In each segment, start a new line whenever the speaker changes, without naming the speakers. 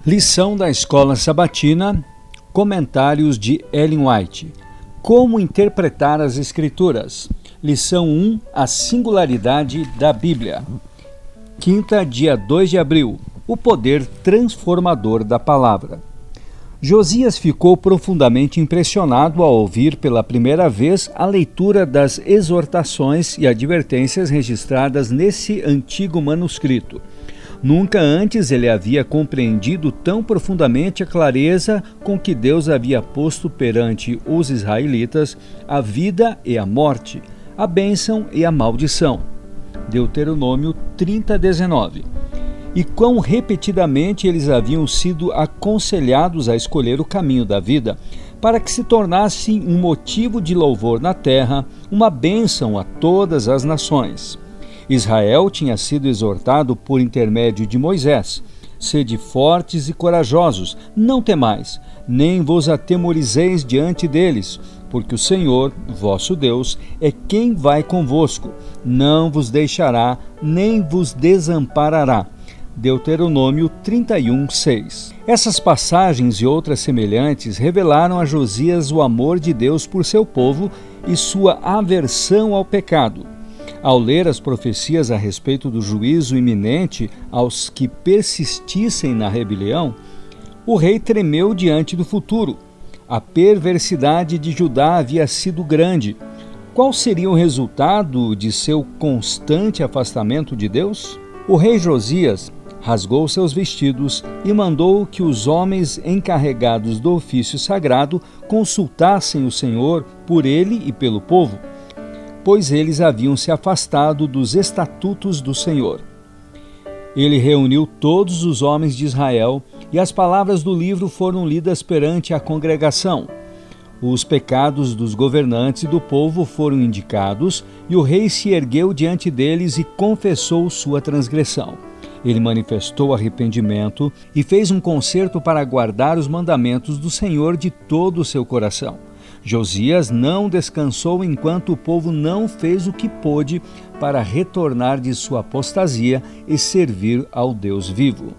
Lição da Escola Sabatina, comentários de Ellen White. Como interpretar as Escrituras? Lição 1, a singularidade da Bíblia. Quinta, dia 2 de abril, o poder transformador da palavra. Josias ficou profundamente impressionado ao ouvir pela primeira vez a leitura das exortações e advertências registradas nesse antigo manuscrito. Nunca antes ele havia compreendido tão profundamente a clareza com que Deus havia posto perante os israelitas a vida e a morte, a bênção e a maldição. Deuteronômio 30:19. E quão repetidamente eles haviam sido aconselhados a escolher o caminho da vida, para que se tornasse um motivo de louvor na terra, uma bênção a todas as nações. Israel tinha sido exortado por intermédio de Moisés: sede fortes e corajosos, não temais, nem vos atemorizeis diante deles, porque o Senhor, vosso Deus, é quem vai convosco, não vos deixará, nem vos desamparará. Deuteronômio 31:6. Essas passagens e outras semelhantes revelaram a Josias o amor de Deus por seu povo e sua aversão ao pecado. Ao ler as profecias a respeito do juízo iminente aos que persistissem na rebelião, o rei tremeu diante do futuro. A perversidade de Judá havia sido grande. Qual seria o resultado de seu constante afastamento de Deus? O rei Josias rasgou seus vestidos e mandou que os homens encarregados do ofício sagrado consultassem o Senhor por ele e pelo povo, pois eles haviam se afastado dos estatutos do Senhor. Ele reuniu todos os homens de Israel e as palavras do livro foram lidas perante a congregação. Os pecados dos governantes e do povo foram indicados e o rei se ergueu diante deles e confessou sua transgressão. Ele manifestou arrependimento e fez um concerto para guardar os mandamentos do Senhor de todo o seu coração. Josias não descansou enquanto o povo não fez o que pôde para retornar de sua apostasia e servir ao Deus vivo.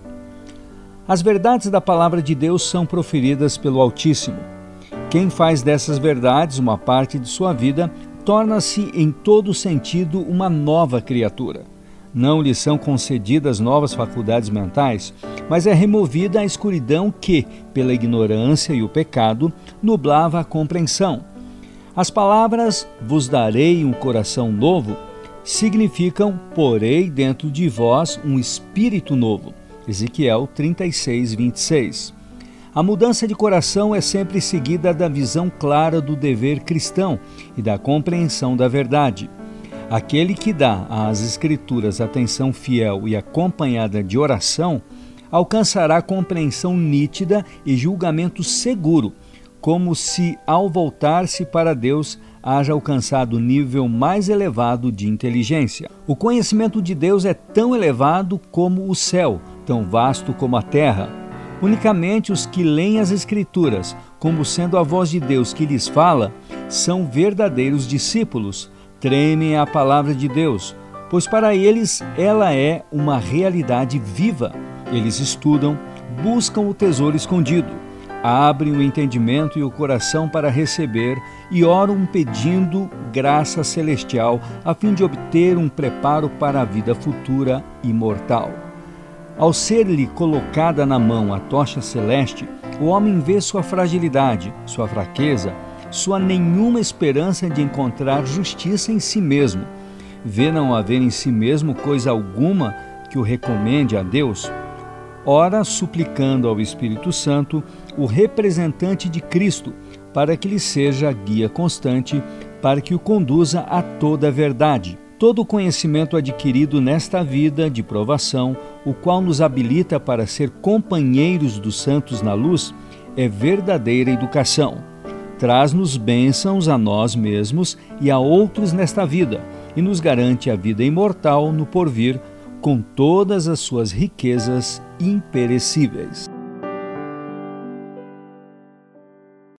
As verdades da palavra de Deus são proferidas pelo Altíssimo. Quem faz dessas verdades uma parte de sua vida torna-se em todo sentido uma nova criatura. Não lhe são concedidas novas faculdades mentais, mas é removida a escuridão que, pela ignorância e o pecado, nublava a compreensão. As palavras "vos darei um coração novo" significam "porei dentro de vós um espírito novo". Ezequiel 36:26. A mudança de coração é sempre seguida da visão clara do dever cristão e da compreensão da verdade. Aquele que dá às Escrituras atenção fiel e acompanhada de oração, alcançará compreensão nítida e julgamento seguro, como se, ao voltar-se para Deus, haja alcançado o nível mais elevado de inteligência. O conhecimento de Deus é tão elevado como o céu, tão vasto como a terra. Unicamente os que leem as Escrituras, como sendo a voz de Deus que lhes fala, são verdadeiros discípulos, tremem a palavra de Deus, pois para eles ela é uma realidade viva. Eles estudam, buscam o tesouro escondido, abrem o entendimento e o coração para receber e oram pedindo graça celestial a fim de obter um preparo para a vida futura imortal. Ao ser-lhe colocada na mão a tocha celeste, o homem vê sua fragilidade, sua fraqueza, sua nenhuma esperança de encontrar justiça em si mesmo. Vê não haver em si mesmo coisa alguma que o recomende a Deus. Ora, suplicando ao Espírito Santo, o representante de Cristo, para que lhe seja guia constante, para que o conduza a toda a verdade. Todo o conhecimento adquirido nesta vida de provação, o qual nos habilita para ser companheiros dos santos na luz, é verdadeira educação. Traz-nos bênçãos a nós mesmos e a outros nesta vida, e nos garante a vida imortal no porvir, com todas as suas riquezas imperecíveis.